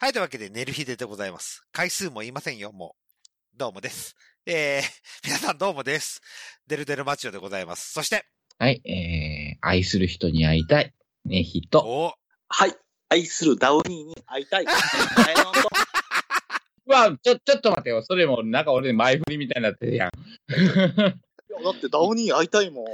はい、というわけで、寝る日でございます。回数も言いませんよ、もう。どうもです。皆さんどうもです。デルデルマチオでございます。そして。 はい、愛する人に会いたい。ね、人。 はい、愛するダウニーに会いたい。 わ、ちょっと待ってよ。それも、なんか俺前振りみたいになってるやん。 だってダウニー会いたいもん。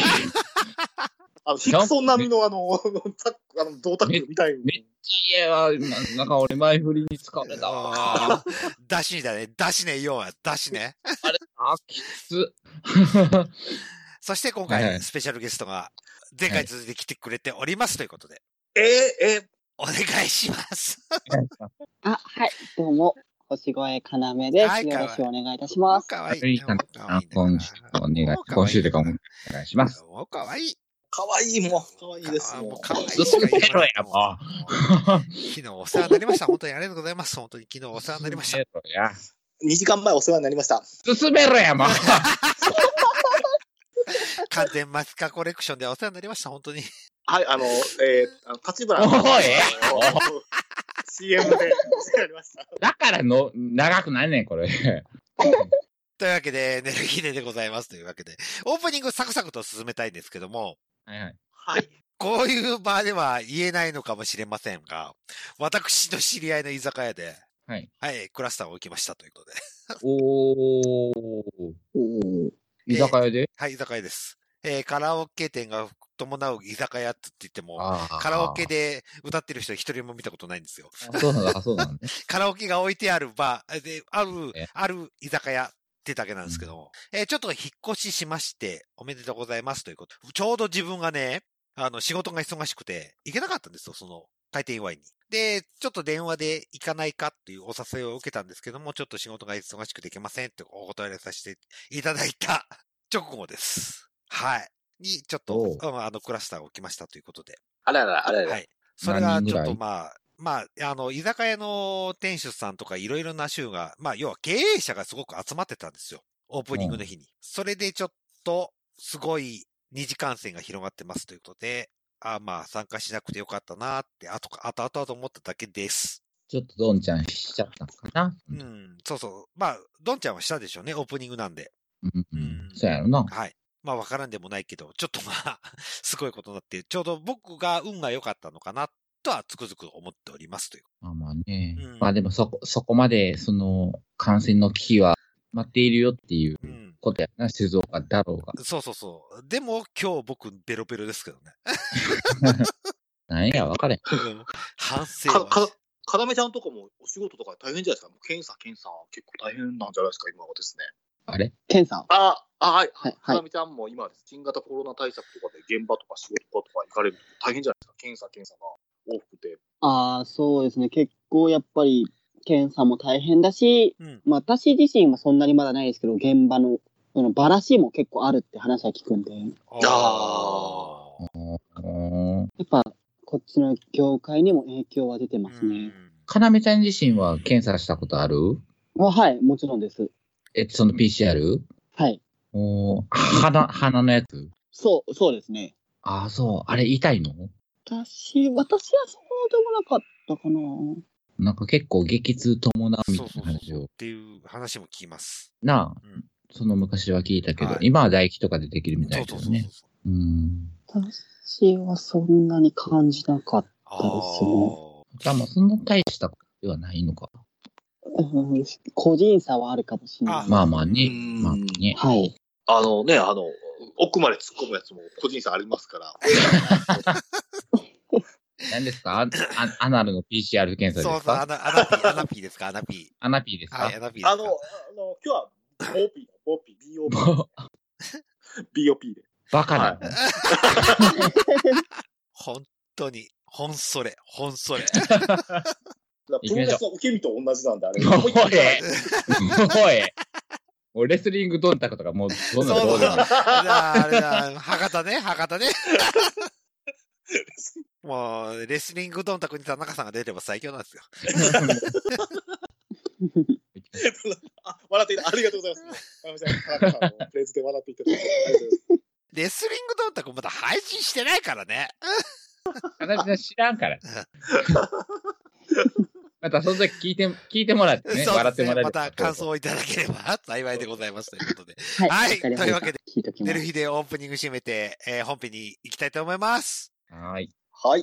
ヒクソン並みの銅タックみたいに。 めっちゃいや、なんか俺前振りに使われたわ。 出しだね。出しね、要は、出しね。 あれ、きつ。 そして今回、スペシャルゲストが、前回続いて来てくれておりますということで。お願いします。 はい、どうも。星越要です。はい、よろしくお願いいたします。 かわいい。 今週でかお願いします。 もうかわいい。 かわいいもん。かわいいです。 もうかわいいしか言えない。昨日お世話になりました。本当にありがとうございます。本当に昨日お世話になりました。 2時間前お世話になりました。 進めろや、もう。 完全マスカコレクションでお世話になりました。本当に。 はい、立花の CM でお世話になりました。 だから長くないねん、これ。 というわけで、寝る日でございますというわけで、オープニングサクサクと進めたいんですけども、 はい。 こういう場では言えないのかもしれませんが、私の知り合いの居酒屋で、はい、クラスターを置きましたということで。 居酒屋ではい、居酒屋です。カラオケ店が伴う居酒屋って言っても、カラオケで歌ってる人一人も見たことないんですよ。 そうなんね。 カラオケが置いてあるバーで、ある居酒屋ってだけなんですけども、ちょっと引っ越ししまして、おめでとうございますということ。ちょうど自分がね、仕事が忙しくて、行けなかったんですよ、その、開店祝いに。で、ちょっと電話で行かないかっていうお誘いを受けたんですけども、ちょっと仕事が忙しくて行けませんってお断りさせていただいた直後です。はい。に、ちょっと、クラスターが起きましたということで。 あら。 はい。それがちょっと居酒屋の店主さんとかいろいろな州が、要は経営者がすごく集まってたんですよ。オープニングの日に。それでちょっと、すごい二次感染が広がってますということで、参加しなくてよかったなーって、後々思っただけです。 ちょっとドンちゃんしちゃったのかな。 そうそう。ドンちゃんはしたでしょうね、オープニングなんで。 そうやろな。 はい。わからんでもないけど、ちょっとすごいことになって、ちょうど僕が運が良かったのかな、とはつくづく思っておりますという。 ね。でもそこまで、感染の危機は待っているよっていうことやな、静岡だろうが。 そう。でも今日僕ベロベロですけどね。 なんや、分かれん。 反省は。 かなめちゃんとかもお仕事とか大変じゃないですか。検査結構大変なんじゃないですか、今はですね。 あれ検査はい。かなめちゃんも今です。新型コロナ対策とかで現場とか仕事とか行かれると大変じゃないですか。検査が多くて。 そうですね。結構やっぱり検査も大変だし、私自身はそんなにまだないですけど、現場のバラシも結構あるって話は聞くんで。やっぱこっちの業界にも影響は出てますね。 かなめちゃん自身は検査したことある？ はい、もちろんです。 その PCR？ はい。 鼻のやつ？ そうですね。 そう。あれ痛いの？ 私はそうでもなかったかな。 なんか結構激痛伴うみたいな話を。 っていう話も聞きます。 なあ、その昔は聞いたけど、今は唾液とかでできるみたいですね。 私はそんなに感じなかったですね。 じゃあそんな大したことではないのか。 個人差はあるかもしれない。 まあね。 はい。 奥まで突っ込むやつも個人差ありますから。 何ですか？アナルの PCR 検査ですか？ アナピーですか？アナピー。 アナピーですか？ はい、アナピーですか？ 今日はBOP で。 バカだ。 本当に、本それ。 プロレスの受け身と同じなんで、あれ。 おい。レスリングドンタクとかもう、どんなどうだ。博多ね。もう、レスリングドンタクに田中さんが出れば最強なんですよ。 笑っていた。ありがとうございます。田中さんのフレーズで笑っていただいて。 レスリングドンタクまだ配信してないからね。 私は知らんから。 またその時聞いてもらってね、笑ってもらえる。 また感想をいただければ幸いでございますということで。 はい。 はい。というわけで、 聞いときます。 寝る日でオープニング締めて、本編に行きたいと思います。 はい。 はい。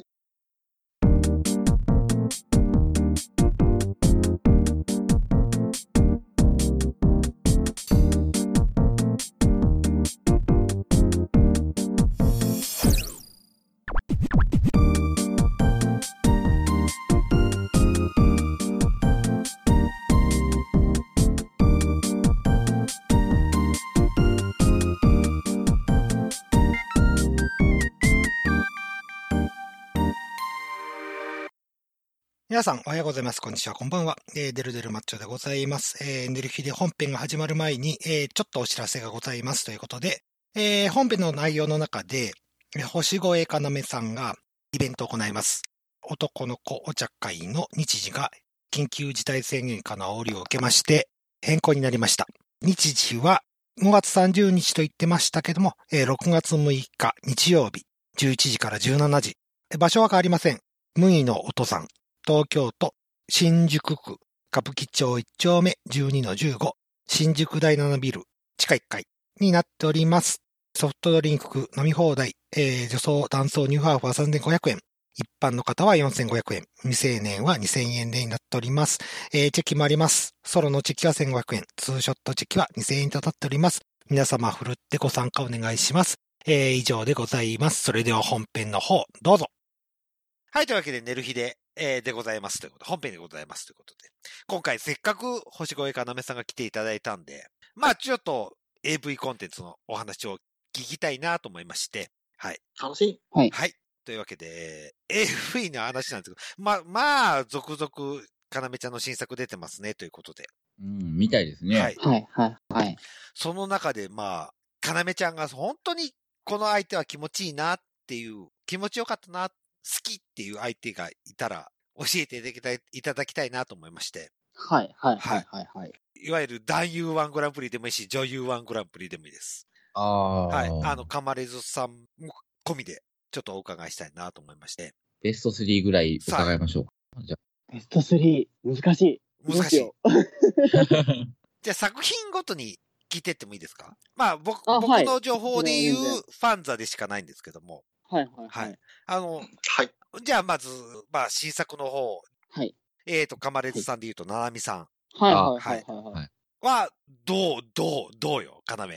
皆さん、おはようございます。こんにちは。こんばんは。デルデルマッチョでございます。寝る日で本編が始まる前に、ちょっとお知らせがございますということで、本編の内容の中で、星越かなめさんがイベントを行います。男の子お茶会の日時が緊急事態宣言下の煽りを受けまして、変更になりました。日時は5月30日と言ってましたけども、6月6日日曜日、11時から17時。場所は変わりません。麦の音さん。東京都新宿区歌舞伎町1丁目 12-15 新宿第7ビル地下1階になっております。ソフトドリンク飲み放題、女装男装ニューハーフは3500円。一般の方は4500円。未成年は2000円でになっております。チェキもあります。ソロのチェキは1500円。ツーショットチェキは2000円となっております。皆様ふるってご参加お願いします。以上でございます。それでは本編の方どうぞ。はい、というわけで寝る日ででございますということで、本編でございますということで、今回せっかく星越かなめさんが来ていただいたんで、まあちょっと AV コンテンツのお話を聞きたいなと思いまして、はい。 楽しい。 はい。 はい。というわけで、AV の話なんですけど、まあ、続々、かなめちゃんの新作出てますねということで。 みたいですね。 はい。 はい、はい、はい。 その中で、まあ、かなめちゃんが本当にこの相手は気持ちいいなっていう、気持ちよかったな、好きっていう相手がいたら、教えていただきたいなと思いまして。 はい、はい、はい、はい、はい。 いわゆる男優1グランプリでもいいし、女優1グランプリでもいいです。はい。かまれずさんも込みで、ちょっとお伺いしたいなと思いまして。 ベスト3ぐらい伺いましょうか。じゃベスト3、難しい。 難しい。じゃあ作品ごとに聞いてってもいいですか？まあ、僕の情報で言うファンザでしかないんですけども。 はい、はい、はい。 はい。 じゃあまず、まあ、新作の方。 はい。 かまれずさんで言うと、ななみさん。 はい、はい、はい、はい。 は、どうよ、かなめ。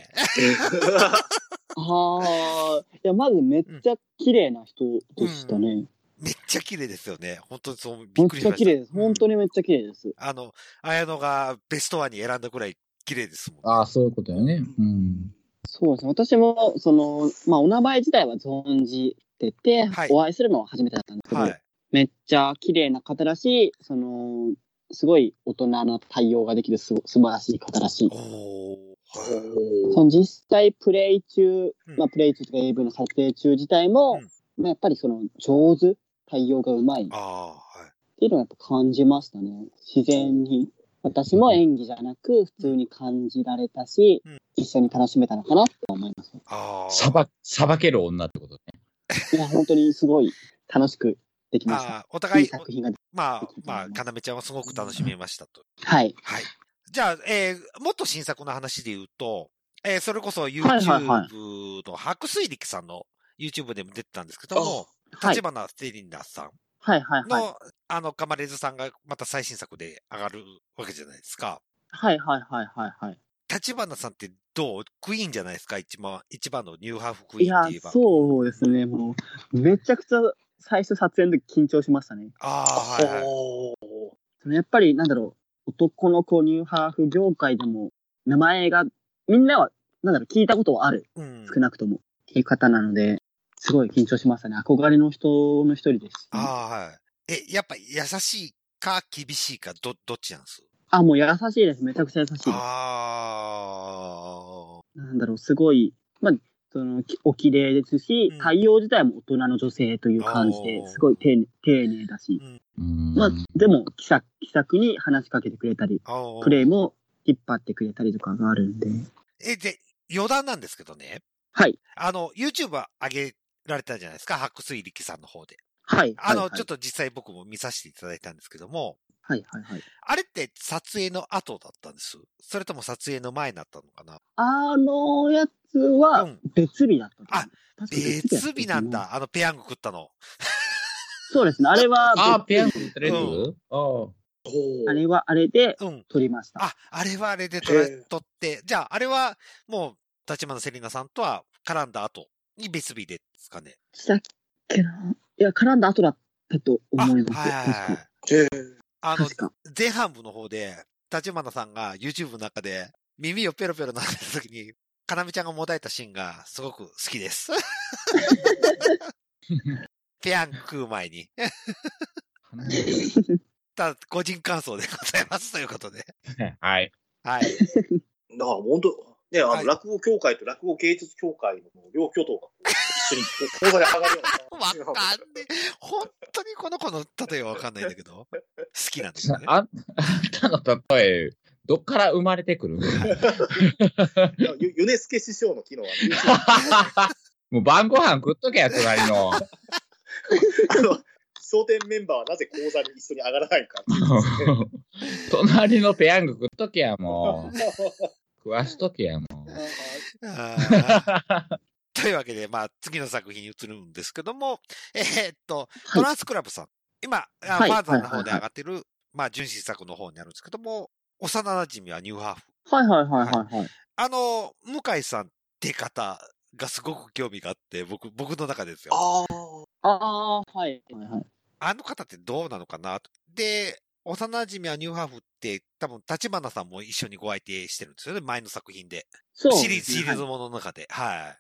いや、まずめっちゃ綺麗な人でしたね。 めっちゃ綺麗ですよね。本当にそう、びっくりしました。 めっちゃ綺麗です。本当にめっちゃ綺麗です。 綾野がベストワンに選んだぐらい綺麗ですもんね。 ああ、そういうことよね。 そうですね。私も、まあ、お名前自体は存じてて、はい、お会いするのは初めてだったんですけど、はい、めっちゃ綺麗な方だし、すごい大人な対応ができる素晴らしい方らしい。実際プレイ中、まあプレイ中とか AV の撮影中自体も、まあ、やっぱり上手、対応がうまい。っていうのをやっぱ感じましたね。自然に。私も演技じゃなく普通に感じられたし、一緒に楽しめたのかなって思います。 さばける女ってことね。 いや、本当にすごい楽しくできました。 お互い、 作品がまあ、かなめちゃんはすごく楽しめましたと。 はい。 はい。じゃあ、もっと新作の話で言うと、それこそ YouTube の白水力さんの YouTube でも出てたんですけども、立花セリナさんの、かまれずさんがまた最新作で上がるわけじゃないですか。 はい。 立花さんってどう？クイーンじゃないですか？一番のニューハーフクイーンって言えば。 いや、そうですね。もう、めちゃくちゃ最初撮影の時緊張しましたね。やっぱり、男の子ニューハーフ業界でも、名前が、みんなは、聞いたことはある。少なくとも。っていう方なので、すごい緊張しましたね。憧れの人の一人です、 ね。はい。やっぱ優しいか厳しいか、どっちなんです？ もう優しいです。めちゃくちゃ優しいです。すごい、まあ、お綺麗ですし、対応自体も大人の女性という感じで、すごい丁寧だし、まあ、でも気さくに話しかけてくれたり、プレイも引っ張ってくれたりとかがあるんで。 で、余談なんですけどね。 はい。 YouTube 上げられたじゃないですか、白水力さんの方で。 はい。 ちょっと実際僕も見させていただいたんですけども、 はいはいはい。 あれって撮影の後だったんです？それとも撮影の前になったのかな？ やつは別日だったと思う。 あ、別日なんだ。ペヤング食ったの。 そうですね。あれは、 ペヤング食ってるやつ？ あれはあれで撮りました。 あれはあれで撮って、じゃあ、あれはもう、立花セリナさんとは絡んだ後に別日ですかね。 したっけな？いや、絡んだ後だったと思います。 確か。前半部の方で、立花さんが YouTube の中で耳をペロペロ撫でた時に、かなみちゃんがもだえたシーンがすごく好きです。ペヤング食う前に。個人感想でございますということで。 はい。 はい。だから本当、ね、落語協会と落語芸術協会の両巨頭が一緒に講座で上がるような。 わかんねえ。本当にこの子の例えはわかんないんだけど、好きなんだけどね。 あんたの例え、どっから生まれてくるユネスケ師匠の機能は、 もう晩ご飯食っとけや、隣の。 商店メンバーはなぜ講座に一緒に上がらないか。 隣のペヤング食っとけや、もう。食わしとけや、もう。 というわけで、次の作品に移るんですけども、トランスクラブさん。今、ファーザーの方で上がってる、純真作の方にあるんですけども、幼馴染はニューハーフ。 はい。 向井さんって方がすごく興味があって、僕の中でですよ。 はい。 あの方ってどうなのかなと。で、幼馴染はニューハーフって多分立花さんも一緒にご相手してるんですよね、前の作品で。シリーズものの中で。はい。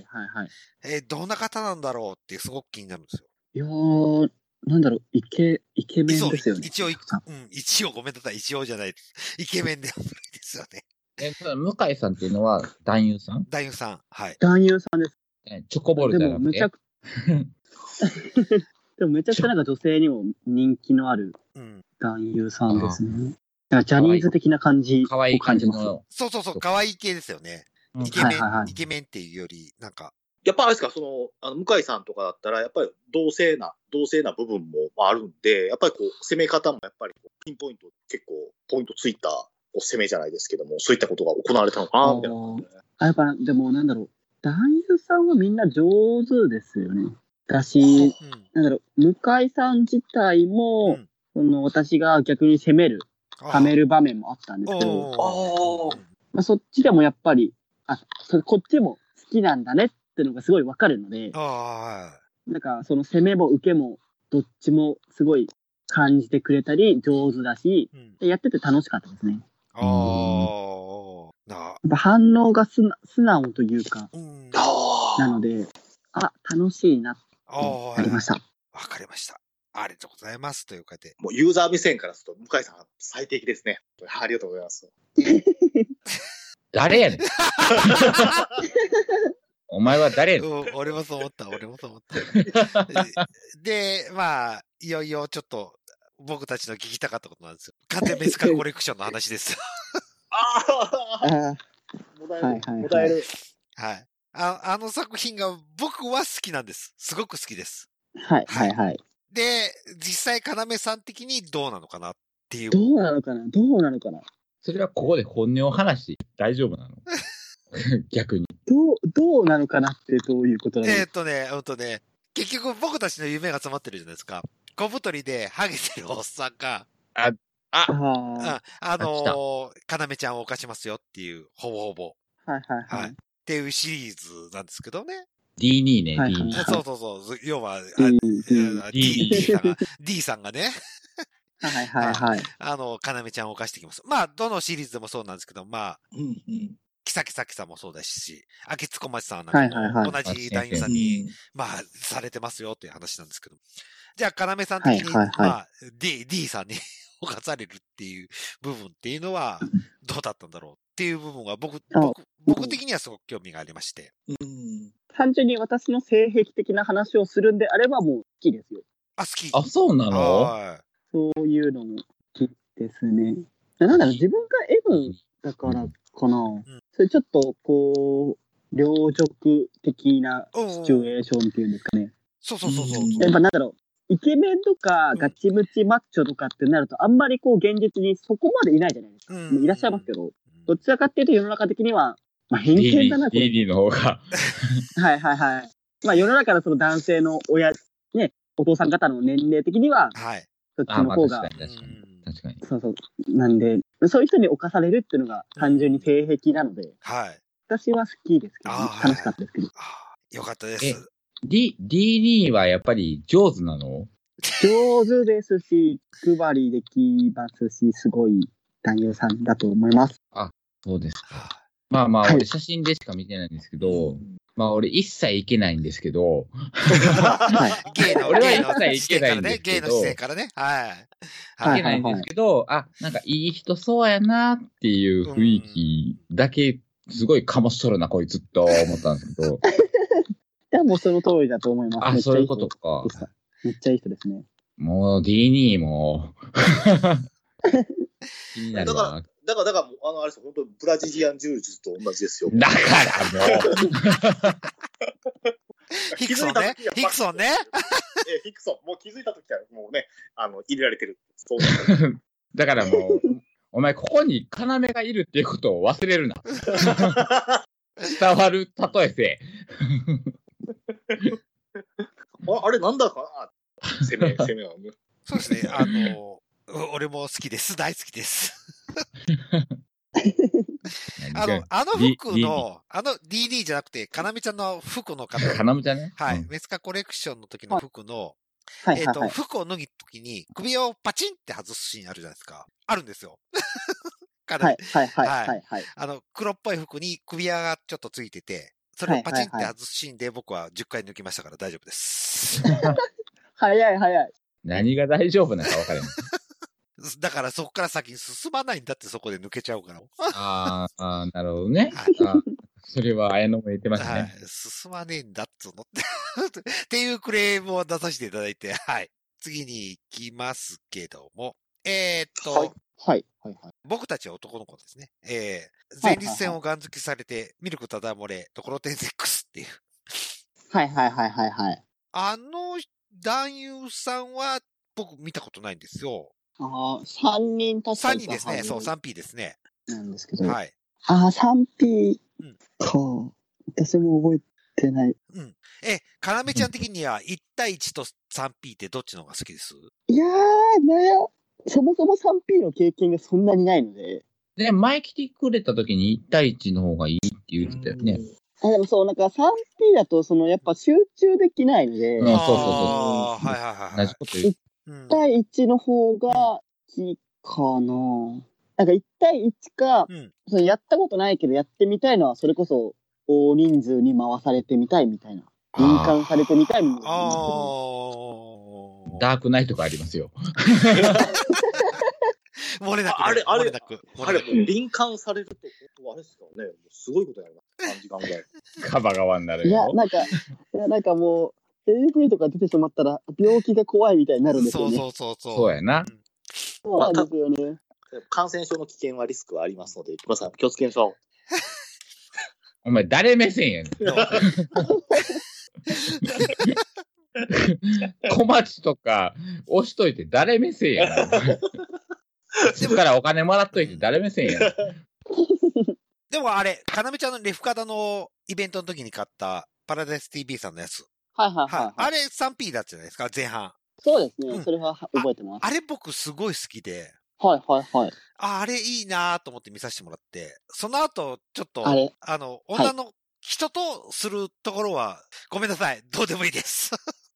どんな方なんだろうってすごく気になるんですよ。 いやー、なんだろう、イケメンですよね。 一応ごめんなさい、一応じゃないです。イケメンではないですよね。 向井さんっていうのは男優さん？ 男優さん、はい。 男優さんです。 チョコボールじゃなくて。 でもめちゃくちゃなんか女性にも人気のある男優さんですね。なんかジャニーズ的な感じを感じます。 そう、可愛い系ですよね。イケメンっていうより、なんか。 やっぱあれですか、向井さんとかだったら、やっぱり同性な部分もあるんで、やっぱり攻め方もやっぱりピンポイント、結構ポイントついた攻めじゃないですけども、そういったことが行われたのかな、みたいな。 やっぱ、でもなんだろう、男優さんはみんな上手ですよね。だし、なんだろう、向井さん自体も、私が逆に攻める、はめる場面もあったんですけど、そっちでもやっぱり、こっちも好きなんだねっていうのがすごいわかるので、なんかその攻めも受けもどっちもすごい感じてくれたり上手だし、やってて楽しかったですね。やっぱ反応が素直というか、なので、楽しいなってなりました。 わかりました。ありがとうございます。というかで。 もうユーザー目線からすると、向井さんは最適ですね。ありがとうございます。 誰やねん。お前は誰やねん。 俺もそう思った。で、いよいよちょっと、僕たちの聞きたかったことなんですよ。完全メスカコレクションの話ですよ。 もだえる。 はい。あの作品が僕は好きなんです。すごく好きです。 はい。 で、実際、要さん的にどうなのかなっていう。 どうなのかな。 それはここで本音を話して大丈夫なの？逆に。 どうなのかなってどういうことなの？結局僕たちの夢が詰まってるじゃないですか。小太りでハゲてるおっさんが、要ちゃんを犯しますよっていう、ほぼ。はい。っていうシリーズなんですけどね。 D2 ね、D2。 そう。要は、D さんがね。要ちゃんを犯してきます。どのシリーズでもそうなんですけど、木崎咲さんもそうだし、明津小町さんなんかも同じ男優さんに、されてますよっていう話なんですけど。じゃあ、要さん的に、D さんに犯されるっていう部分っていうのは、どうだったんだろうっていう部分は僕的にはすごく興味がありまして。 単純に私の性癖的な話をするんであればもう好きですよ。 好き。 そうなの？ そういうのも好きですね。なんだろう、自分が M だからかな。それちょっと両辱的なシチュエーションっていうんですかね。 そう。 やっぱなんだろう、 イケメンとかガチムチマッチョとかってなると、あんまりこう現実にそこまでいないじゃないですか。いらっしゃいますけど、どちらかっていうと世の中的には、まあ偏見だな、これ。 DD の方が。 はいはいはい。まあ世の中のその男性の親、ね、お父さん方の年齢的には、 はい。 そっちの方が。 確かに。 そうそう。なんで、そういう人に侵されるっていうのが単純に性癖なので、 はい。 私は好きですけど、楽しかったですけど。 よかったです。 DD はやっぱり上手なの？ 上手ですし、配りできますし、すごい男優さんだと思います。 あ、そうですか。まあまあ、俺写真でしか見てないんですけど、まあ俺一切いけないんですけど、俺は一切いけないんですけど、 ゲイの視線からね。はい。 いけないんですけど、なんかいい人そうやなっていう雰囲気だけ、すごい醸しとるな、こいつと思ったんですけど。 いや、もうその通りだと思います。 そういうことか。 めっちゃいい人ですね。 もう D2 も気になるわ。 だから、あれですよ、本当ブラジリアン柔術と同じですよ。 だからもう。 ヒクソンね。ヒクソン。 もう気づいたときはもうね、入れられてる。そうだからもう、お前ここに要がいるっていうことを忘れるな。伝わる例えせ。 あれなんだかな攻めは。 そうですね。俺も好きです。大好きです。あの服の、DD じゃなくて、かなみちゃんの服の方。 かなみちゃんね。 はい。メスカコレクションの時の服の、服を脱ぎときに首をパチンって外すシーンあるじゃないですか。あるんですよ。 はい。 黒っぽい服に首輪がちょっとついてて、それをパチンって外すシーンで僕は10回抜きましたから大丈夫です。 早い。 何が大丈夫なのか分からない。 だからそこから先に進まないんだってそこで抜けちゃうから。 なるほどね。それは綾野も言ってましたね。 進まねえんだっつうのっていうクレームを出させていただいて、はい。次に行きますけども。 はい。 僕たちは男の子ですね。前立腺をガン付きされて、ミルクただ漏れ、ところてんセックスっていう。 はい。 男優さんは僕見たことないんですよ。 3人確かに。 3人ですね。そう、3P ですね。 なんですけど。 はい。 3P か。私も覚えてない。 かなめちゃん的には1対1と 3P ってどっちの方が好きです？ いやそもそも 3P の経験がそんなにないので。 で、前来てくれた時に1対1の方がいいって言ってたよね。 でもそう、なんか 3P だと、やっぱ集中できないので。 そう。 はい。 同じこと言う。 1対1の方がいいかな。なんか1対1か、やったことないけどやってみたいのは、それこそ大人数に回されてみたいみたいな。敏感されてみたいみたいな。 ダークナイトがありますよ。 漏れなく。 あれ、敏感されると、あれですからね、すごいことやります。3時間ぐらい。 カバ側になるよ。 いや、なんかもう、AV とか出てしまったら、病気が怖いみたいになるんですよね。 そうやな。 そうなんですよね。 感染症の危険はリスクはありますので、皆さん気をつけましょう。 お前、誰目線やねん。小町とか押しといて誰目線やねん。そっからお金もらっといて誰目線やねん。 でもあれ、かなめちゃんのレフカダのイベントの時に買ったパラダイス TV さんのやつ。 はい。 あれ 3P だったじゃないですか、前半。 そうですね。それは覚えてます。 あれ僕すごい好きで。 はい。 あれいいなと思って見させてもらって。その後、ちょっと、女の人とするところは、ごめんなさい。どうでもいいです。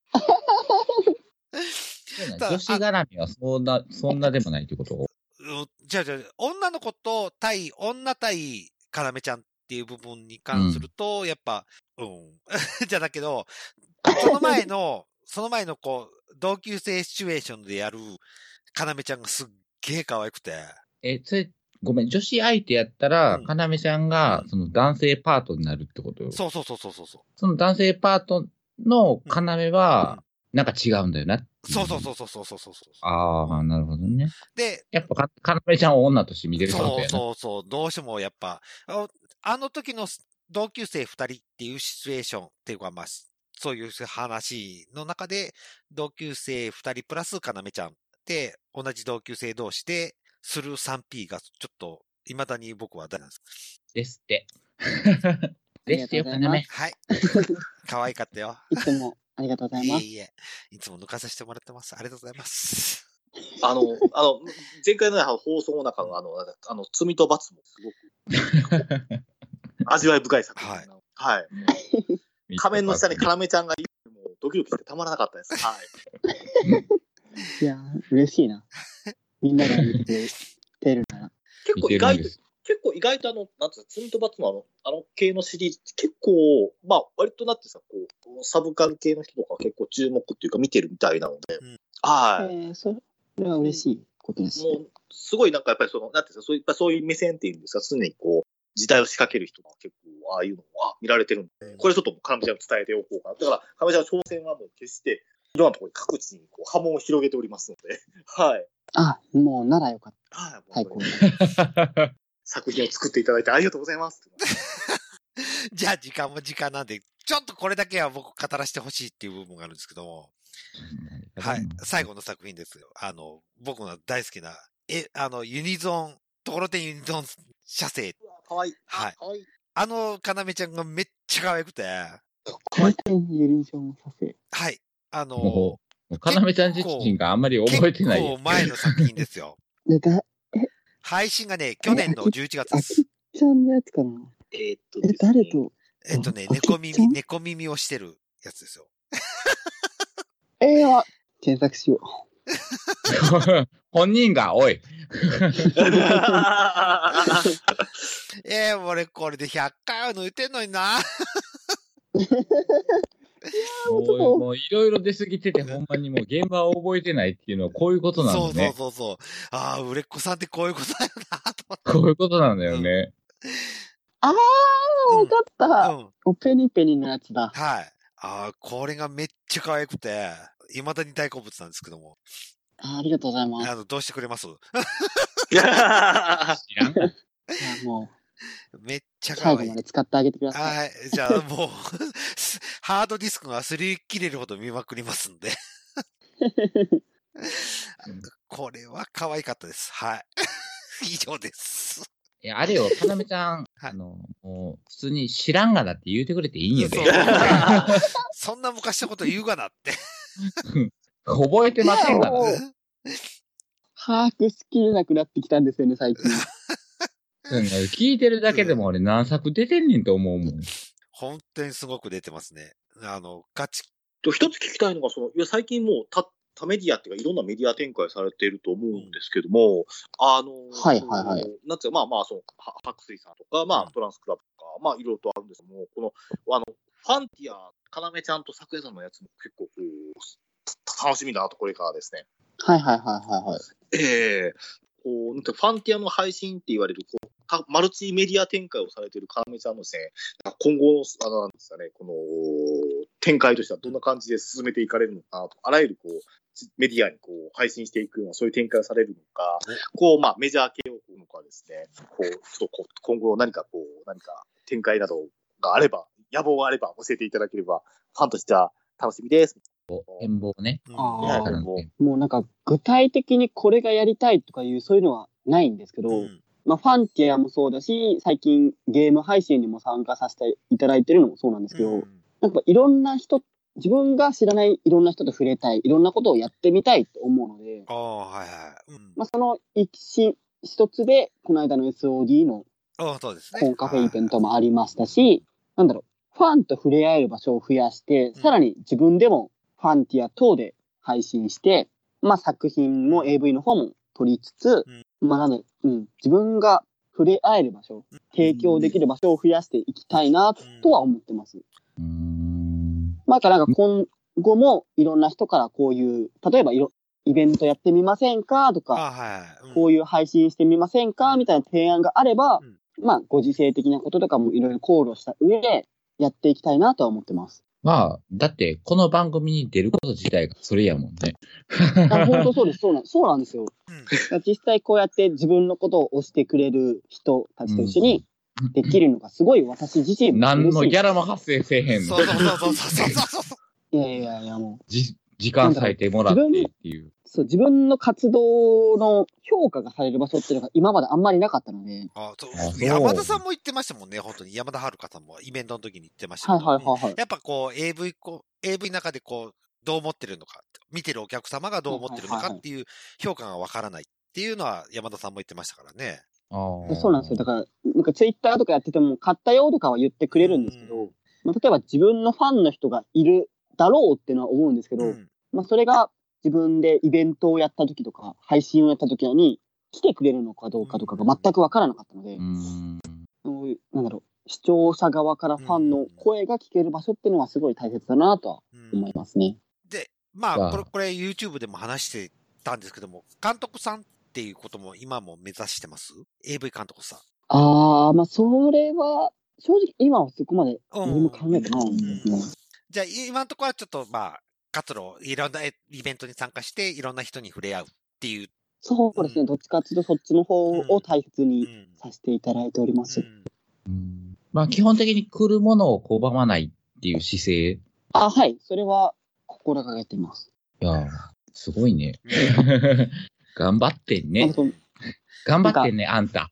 女子絡みはそんなでもないってことじゃあ、女の子と女対かなめちゃんっていう部分に関すると、やっぱ、じゃあだけど、その前の同級生シチュエーションでやるかなめちゃんがすっげえ可愛くて。 それ、ごめん、女子相手やったら、かなめちゃんが、その男性パートになるってことよ。 そう。 その男性パートのかなめは、なんか違うんだよな。 そう。 なるほどね。 で、 やっぱかなめちゃんを女として見てるってことやな。 そう。どうしてもやっぱ、あの時の同級生2人っていうシチュエーションっていうか、 そういう話の中で、同級生2人プラスかなめちゃんで、同じ同級生同士でする 3P がちょっと、未だに僕は大好きなんです。 ですって。ですよ、かなめ。 はい。可愛かったよ。 いつもありがとうございます。 いえ。いつも抜かさせてもらってます。ありがとうございます。 前回の放送の中の罪と罰もすごく味わい深い作品。はい。仮面の下にカラメちゃんがいるのもドキドキしてたまらなかったです。はい。 いや、嬉しいな。みんなが見てくれてるなら。 結構意外となんていうか、罪と罰の系のシリーズ、結構、まあ、割となってさ、こう、サブカル系の人とか結構注目っていうか見てるみたいなので、はい。 それは嬉しいことです。 もう、すごいなんかやっぱりなんていうか、そういう目線っていうんですか、常にこう、時代を仕掛ける人が結構、ああいうのは見られてるんで、これちょっとカラメちゃんに伝えておこうかな。だから、カラメちゃんの挑戦はもう決して、いろんなところに各地にこう波紋を広げておりますので、はい。 もうならよかった。 はい。最高作品を作っていただいてありがとうございます。 じゃあ時間も時間なんで、ちょっとこれだけは僕語らせてほしいっていう部分があるんですけども、はい。最後の作品ですよ。僕の大好きな、ユニゾン、ところてんユニゾン写生。 かわいい。 はい。かなめちゃんがめっちゃ可愛くて。 ところてんユニゾン写生。 はい。 かなめちゃん自身があんまり覚えてない。 結構前の作品ですよ。配信がね、去年の11月です。 ちゃんのやつかな。誰と猫耳をしてるやつですよ。 検索しよう。本人が、おい。 俺これで100回は抜いてんのにな。 もういろいろ出過ぎてて、ほんまにもう現場を覚えてないっていうのはこういうことなんだね。 そう。売れっ子さんってこういうことだよな、 と。こういうことなんだよね。 わかった。おペニペニのやつだ。 はい。これがめっちゃ可愛くて、未だに大好物なんですけども。 ありがとうございます。 どうしてくれます？ 知らん。 もう。 めっちゃ可愛い。 最後まで使ってあげてください。 はい。じゃあもう、ハードディスクが擦り切れるほど見まくりますんで。これは可愛かったです。はい。以上です。 いや、あれよ、かなめちゃん、もう、普通に知らんがなって言うてくれていいんやで。 そんな昔のこと言うがなって。 覚えてませんがな。 把握しきれなくなってきたんですよね、最近。 聞いてるだけでも俺何作出てんねんと思うもん。 本当にすごく出てますね。ガチ。 一つ聞きたいのが、最近もう他メディアっていうか、いろんなメディア展開されていると思うんですけども、なんていうか、白水さんとか、トランスクラブとか、いろいろとあるんですけども、ファンティア、かなめちゃんと桜井さんのやつも結構、楽しみだなと、これからですね。 はい。 ファンティアの配信って言われる、マルチメディア展開をされているかなめちゃんのですね、今後の、なんですかね、この、展開としてはどんな感じで進めていかれるのかなと、あらゆる、メディアに配信していくような、そういう展開をされるのか、メジャー系をのかですね、ちょっと今後何か展開などがあれば、野望があれば教えていただければ、ファンとしては楽しみです。 展望ね。 もうなんか具体的にこれがやりたいとかいうそういうのはないんですけど、ファンティアもそうだし、最近ゲーム配信にも参加させていただいてるのもそうなんですけど、なんかいろんな人、自分が知らないいろんな人と触れたい、いろんなことをやってみたいと思うので、その一つで、この間の SOD のコンカフェイベントもありましたし、ファンと触れ合える場所を増やして、さらに自分でもファンティア等で配信して、作品も AV の方も撮りつつ、自分が触れ合える場所、提供できる場所を増やしていきたいなとは思ってます。なんか今後もいろんな人からこういう、例えばイベントやってみませんかとか、こういう配信してみませんかみたいな提案があれば、ご時世的なこととかもいろいろ考慮した上でやっていきたいなとは思ってます。 だって、この番組に出ること自体がそれやもんね。 本当そうです。そうなんですよ。実際こうやって自分のことを推してくれる人たちと一緒に、 できるのがすごい私自身も何のギャラも発生せえへんの。 そうそうそう。 いや、もう。 時間割いてもらってっていう。 そう、自分の活動の評価がされる場所っていうのが今まであんまりなかったので。 そう山田さんも言ってましたもんね、本当に。山田遥さんもイベントの時に言ってましたけど。はい。やっぱこう、AV の中でこう、どう思ってるのか、見てるお客様がどう思ってるのかっていう評価がわからないっていうのは山田さんも言ってましたからね。 そうなんですよ。だから、なんかツイッターとかやってても、買ったよとかは言ってくれるんですけど、まあ、例えば自分のファンの人がいるだろうっていうのは思うんですけど、まあそれが自分でイベントをやった時とか、配信をやった時に来てくれるのかどうかとかが全くわからなかったので、なんだろう、視聴者側からファンの声が聞ける場所っていうのはすごい大切だなとは思いますね。 で、まあ、これ YouTube でも話してたんですけども、監督さんっていうことも今も目指してます ?AV 監督さん。 まあ、それは、正直今はそこまで何も考えてないんですね。 じゃあ、今のところはちょっと、まあ、活動、いろんなイベントに参加して、いろんな人に触れ合うっていう。 そうですね。どっちかっていうと、そっちの方を大切にさせていただいております。 まあ、基本的に来るものを拒まないっていう姿勢。 はい。それは心がけています。 いや、すごいね。頑張ってんね。頑張ってんね、あんた。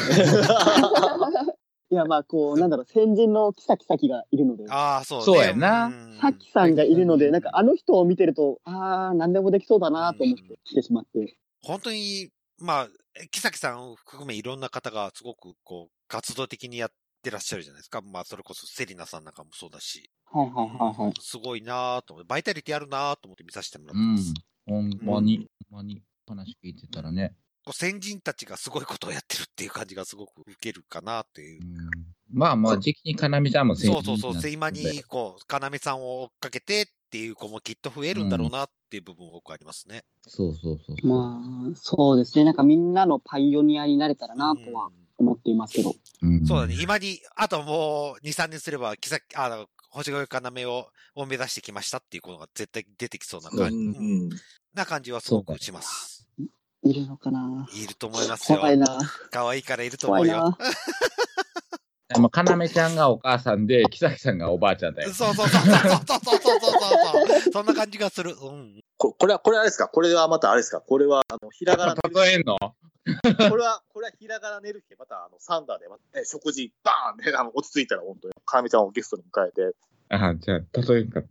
いや、まあ、こう、なんだろう、先人のキサがいるので。 そうやな。 さきさんがいるので、なんかあの人を見てると、何でもできそうだなと思って来てしまって。 本当に、まあ、キサさんを含めいろんな方がすごく、こう、活動的にやってらっしゃるじゃないですか。まあ、それこそセリナさんなんかもそうだし。 はい。 すごいなと思って、バイタリティあるなと思って見させてもらってます。 ほんまに話聞いてたらね。 先人たちがすごいことをやってるっていう感じがすごく受けるかなっていう。 まあ、時期にかなめちゃんも先人そう、今に、こう、かなめさんを追っかけてっていう子もきっと増えるんだろうなっていう部分僕ありますね。 そう。 まあ、そうですね。なんかみんなのパイオニアになれたらなとは思っていますけど。 そうだね。今に、あともう2、3年すれば、星越かなめを目指してきましたっていうことが絶対出てきそうな感じはすごくします。 いるのかないると思いますよ。 怖いな。 可愛いからいると思うよ。 かなめちゃんがお母さんで、キサキさんがおばあちゃんだよ。 そう。そんな感じがする。 これはあれですか？これはまたあれですか？これは、ひらがな。 例えんのこれはひらがな寝る日、またサンダーで、食事、バーンね、落ち着いたら本当に、かなめちゃんをゲストに迎えて。 じゃあ、例えんかった。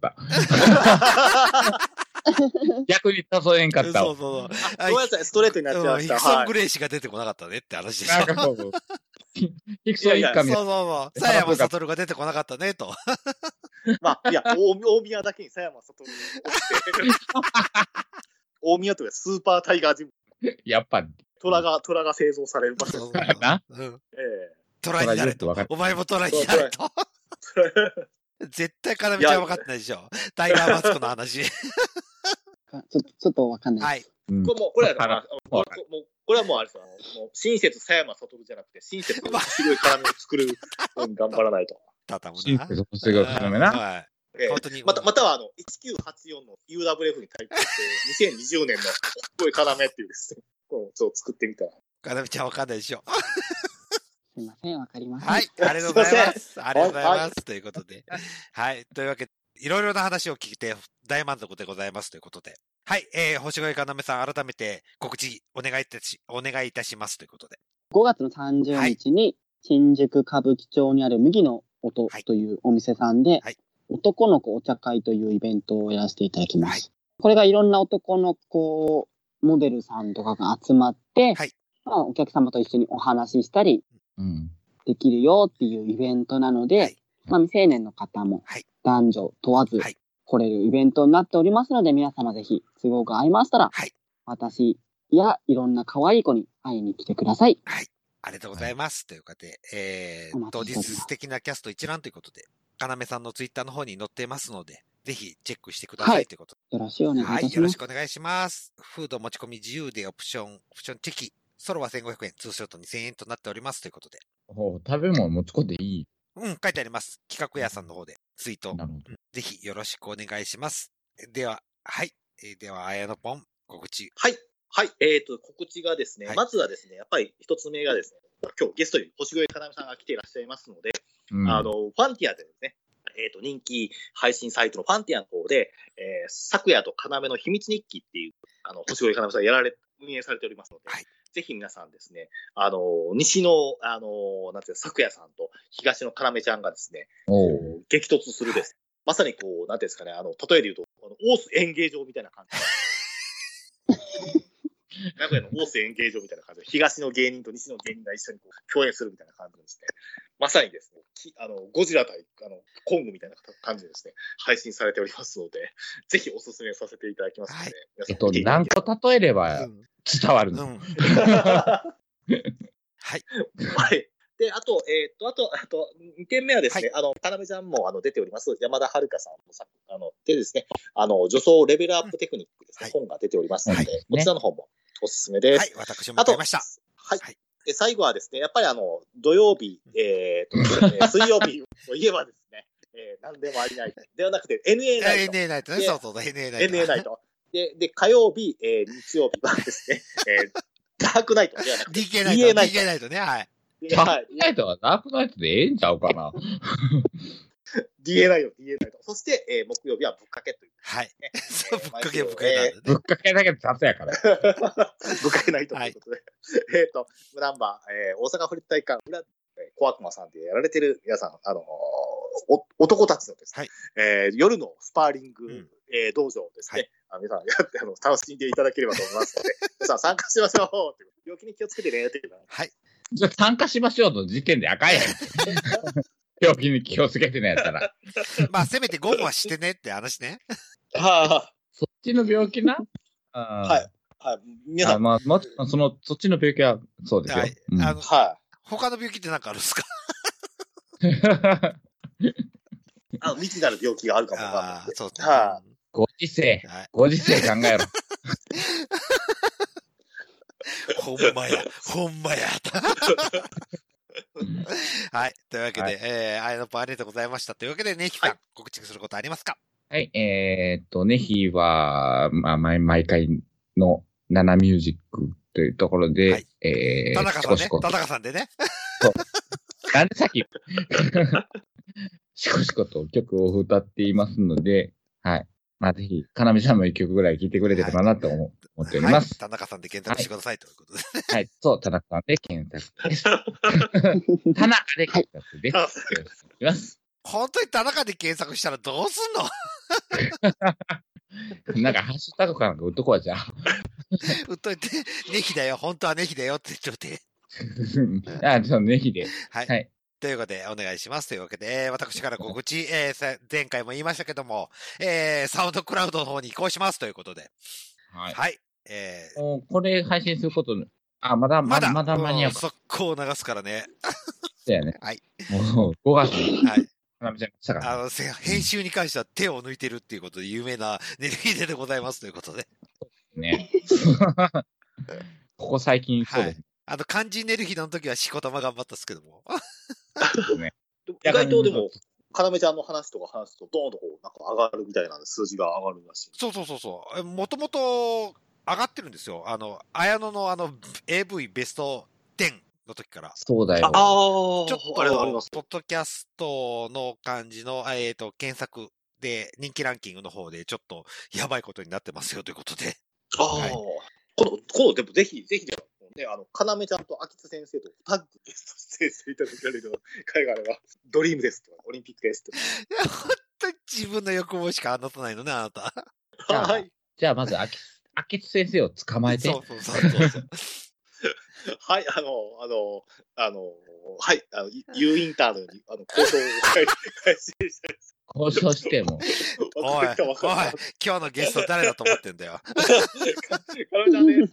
逆に例えんかった。 そう。ごめんなさい、ストレートになっちゃいました。 ヒクソン・グレイ氏が出てこなかったねって話でしょ。 そう。ヒクソン一家みたいな。 そう。佐山悟が出てこなかったね、と。 まあ、いや、大宮だけに佐山悟に起きて。大宮というかスーパータイガージム。 やっぱ。 虎が製造される場所ですな。 虎になれと。お前も虎になれと。絶対かなめちゃん分かってないでしょ。タイガーマスクの話。 ちょっと分かんない。 はい。 これはもうあれですよ。親切佐山悟じゃなくて、親切白い絡みを作るように頑張らないと。 親切白い絡みな。 はい。本当に。 または1984の UWF に対抗して2020年のすごい要っていうですね、そう作ってみたら。 かなめちゃん分かんないでしょ。 すいません、わかりません。 はい、ありがとうございます。ありがとうございます。ということで。はい。というわけで、いろいろな話を聞いて大満足でございますということで。はい。星越かなめさん、改めて告知お願いいたしますということで。 5月の30日に、新宿歌舞伎町にある麦の音というお店さんで、男の子お茶会というイベントをやらせていただきます。これがいろんな男の子モデルさんとかが集まって、お客様と一緒にお話ししたり、できるよっていうイベントなので、未成年の方も男女問わず来れるイベントになっておりますので、皆様ぜひ都合が合いましたら、私やいろんな可愛い子に会いに来てください。 はい。ありがとうございます。ということで、当日素敵なキャスト一覧ということで、かなめさんのツイッターの方に載ってますので、ぜひチェックしてくださいということで。 よろしくお願いします。 はい。よろしくお願いします。フード持ち込み自由でオプションチェキ。ソロは1500円、ツーショット2000円となっておりますということで。 食べ物持ち込んでいい？ 書いてあります。企画屋さんの方でツイート。ぜひよろしくお願いします。では、はい。では、綾野ポン、告知。 はい。 はい、告知がですね、まずはですね、やっぱり一つ目がですね、今日ゲストに星越かなめさんが来ていらっしゃいますので、ファンティアでですね、人気配信サイトのファンティアの方で、昨夜と要の秘密日記っていう、星越かなめさんが運営されておりますので、はい、ぜひ皆さんですね、西の、なんていう昨夜さんと東の要ちゃんがですね、激突するです。まさにこう、なんていうんですかね、例えで言うと、大須演芸場みたいな感じ。名古屋の大須演芸場みたいな感じで、東の芸人と西の芸人が一緒にこう共演するみたいな感じですね。まさにですね、ゴジラ対コングみたいな感じでですね、配信されておりますので、ぜひおすすめさせていただきますので。 何個例えれば伝わるの、はい。 はい。で、あと、2点目はですね、はい、かなめちゃんも出ております、山田遥さんのでですね、女装レベルアップテクニックですね、本が出ておりますので、こちらの方もおすすめです。 はい、私も買いました。 はい。で、最後はですね、やっぱり土曜日、水曜日といえばですね、何でもありないではなくて、NA ナイト。 NA ナイトね、そうそう、NA ナイト。 NA ナイト。で、火曜日、日曜日はですね、ダークナイトではなくて、 DK ナイト。DK ナイトね、はい。 ダークナイトはダークナイトでええんちゃうかな。 DA ナイト。そして、木曜日はぶっかけという、ね。 はい。そう、ぶっかけなんでね。ぶっかけだけど雑やから。 ぶっかけないということで。ナンバー、大阪府立体育館裏、小悪魔さんでやられてる皆さん、男たちのですね、はい、夜のスパーリング、道場ですね。はい、皆さんやって、楽しんでいただければと思いますので、皆さん参加しましょう。病気に気をつけてね、っていう。 はい。 じゃ参加しましょうの時点で赤いやん。病気に気をつけてねやったら。 まあ、せめてゴムはしてねって話ね。 はあ。 そっちの病気な。 はい。はい。皆さん。 まあ、そっちの病気は、そうですよ。はい。 はい。 他の病気って何かあるんですか？ 未知なる病気があるかもわかんない。 そうですね。はい。 ご時世考えろ。 ほんまや。はい。というわけで、あやのぽありがとうございました。というわけで、ネヒさん、告知することありますか？ はい。ネヒは、まあ、毎回の7ミュージックというところで、はい、 田中さんでね。 そう。なんでさっき、しこしこと曲を歌っていますので、はい。まあ、ぜひ、かなめちゃんも一曲ぐらい聴いてくれてるかなと思っております。 田中さんで検索してくださいということで。 はい。そう、田中さんで検索です。田中で検索です。よろしくお願いします。 本当に田中で検索したらどうすんの？なんかハッシュタグかなんか売っとこうじゃん。 売っといて、ネヒだよ、本当はネヒだよって言っといて。 ネヒで。 はい。はいということで、お願いします。というわけで、私から告知、前回も言いましたけども、サウンドクラウドの方に移行しますということで。 はい。 はい。 これ配信すること、まだ間に合う。 速攻流すからね。 そうやね。 はい。 もう、5月に。はい。 編集に関しては手を抜いてるっていうことで有名なネルヒデでございますということで。 ね。ここ最近そうです。 漢字ネルヒデの時はしこたま頑張ったっすけども。 ね、意外とでも、かなめちゃんの話とか話すと、ドーンとこう、なんか上がるみたいな数字が上がるらしい。 そう。もともと上がってるんですよ。綾野のAV ベスト10の時から。 そうだよ。 ちょっと、ポッドキャストの感じの、検索で、人気ランキングの方で、ちょっと、やばいことになってますよということで。 はい、この、でもぜひでね、かなめちゃんと秋津先生とタッグゲスト出演していただける会があれば、ドリームですとか、オリンピックですとか。 いや、本当に自分の欲望しか話さないのね、あなた。 はい。 じゃあ、まず秋津先生を捕まえて。 そう。 はい、はい、U インターのに、交渉を開始したいです。 交渉しても。 おい、今日のゲスト誰だと思ってんだよ。 かなめちゃんです。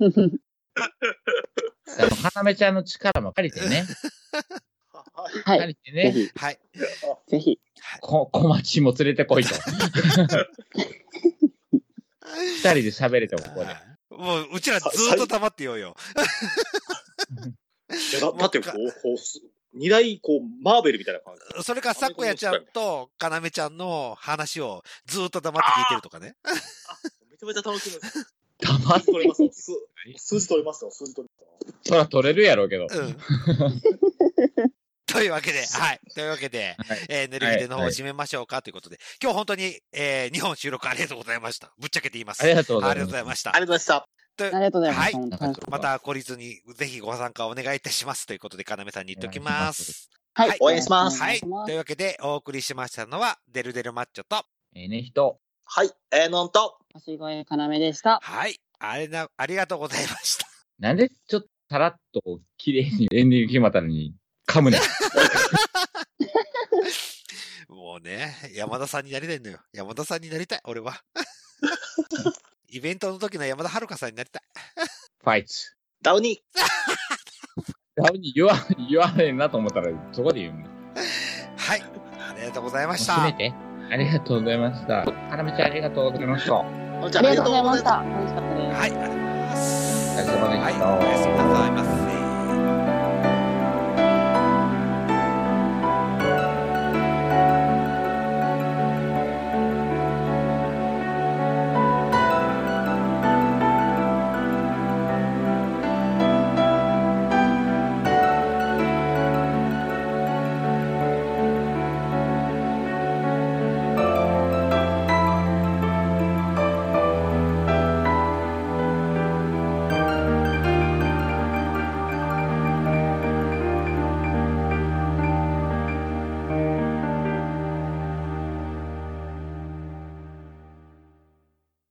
かなめちゃんの力も借りてね。 はい。 借りてね。 はい。 ぜひ。 小町も連れてこいと。二人で喋れてもここで。 もう、うちらずっと黙ってようよ。 だってこう、二大、マーベルみたいな感じ。 それか、さくやちゃんとかなめちゃんの話をずっと黙って聞いてるとかね。 めちゃめちゃ楽しみです。 黙って。 取れますよ。数字取れますよ。数字取れますよ。 そら取れるやろうけど。 というわけで、はい。というわけで、寝る日での方を締めましょうかということで、今日本当に、2本収録ありがとうございました。ぶっちゃけて言います。 ありがとうございます。 ありがとうございました。 ありがとうございました。 ありがとうございます。 はい。また、懲りずに、ぜひご参加お願いいたします。ということで、かなめさんに言っておきます。 はい。 応援します。 はい。というわけで、お送りしましたのは、デルデルマッチョと、 ねひと。 はい。のんと。 橋越かなめでした。 はい。ありがとうございました。 なんでちょっとさらっと綺麗にエンディング決まったのに噛むね。 もうね、山田さんになりたいんだよ。山田さんになりたい、俺は。イベントの時の山田遥さんになりたい。 ファイツ。 ダウニー。ダウニー言わへんなと思ったらそこで言うの。 はい。ありがとうございました。 締めて。ありがとうございました。かなめちゃんありがとうございました。 ありがとうございました。楽しかったです。 はい、ありがとうございます。 お疲れ様でした。 はい、おやすみなさい。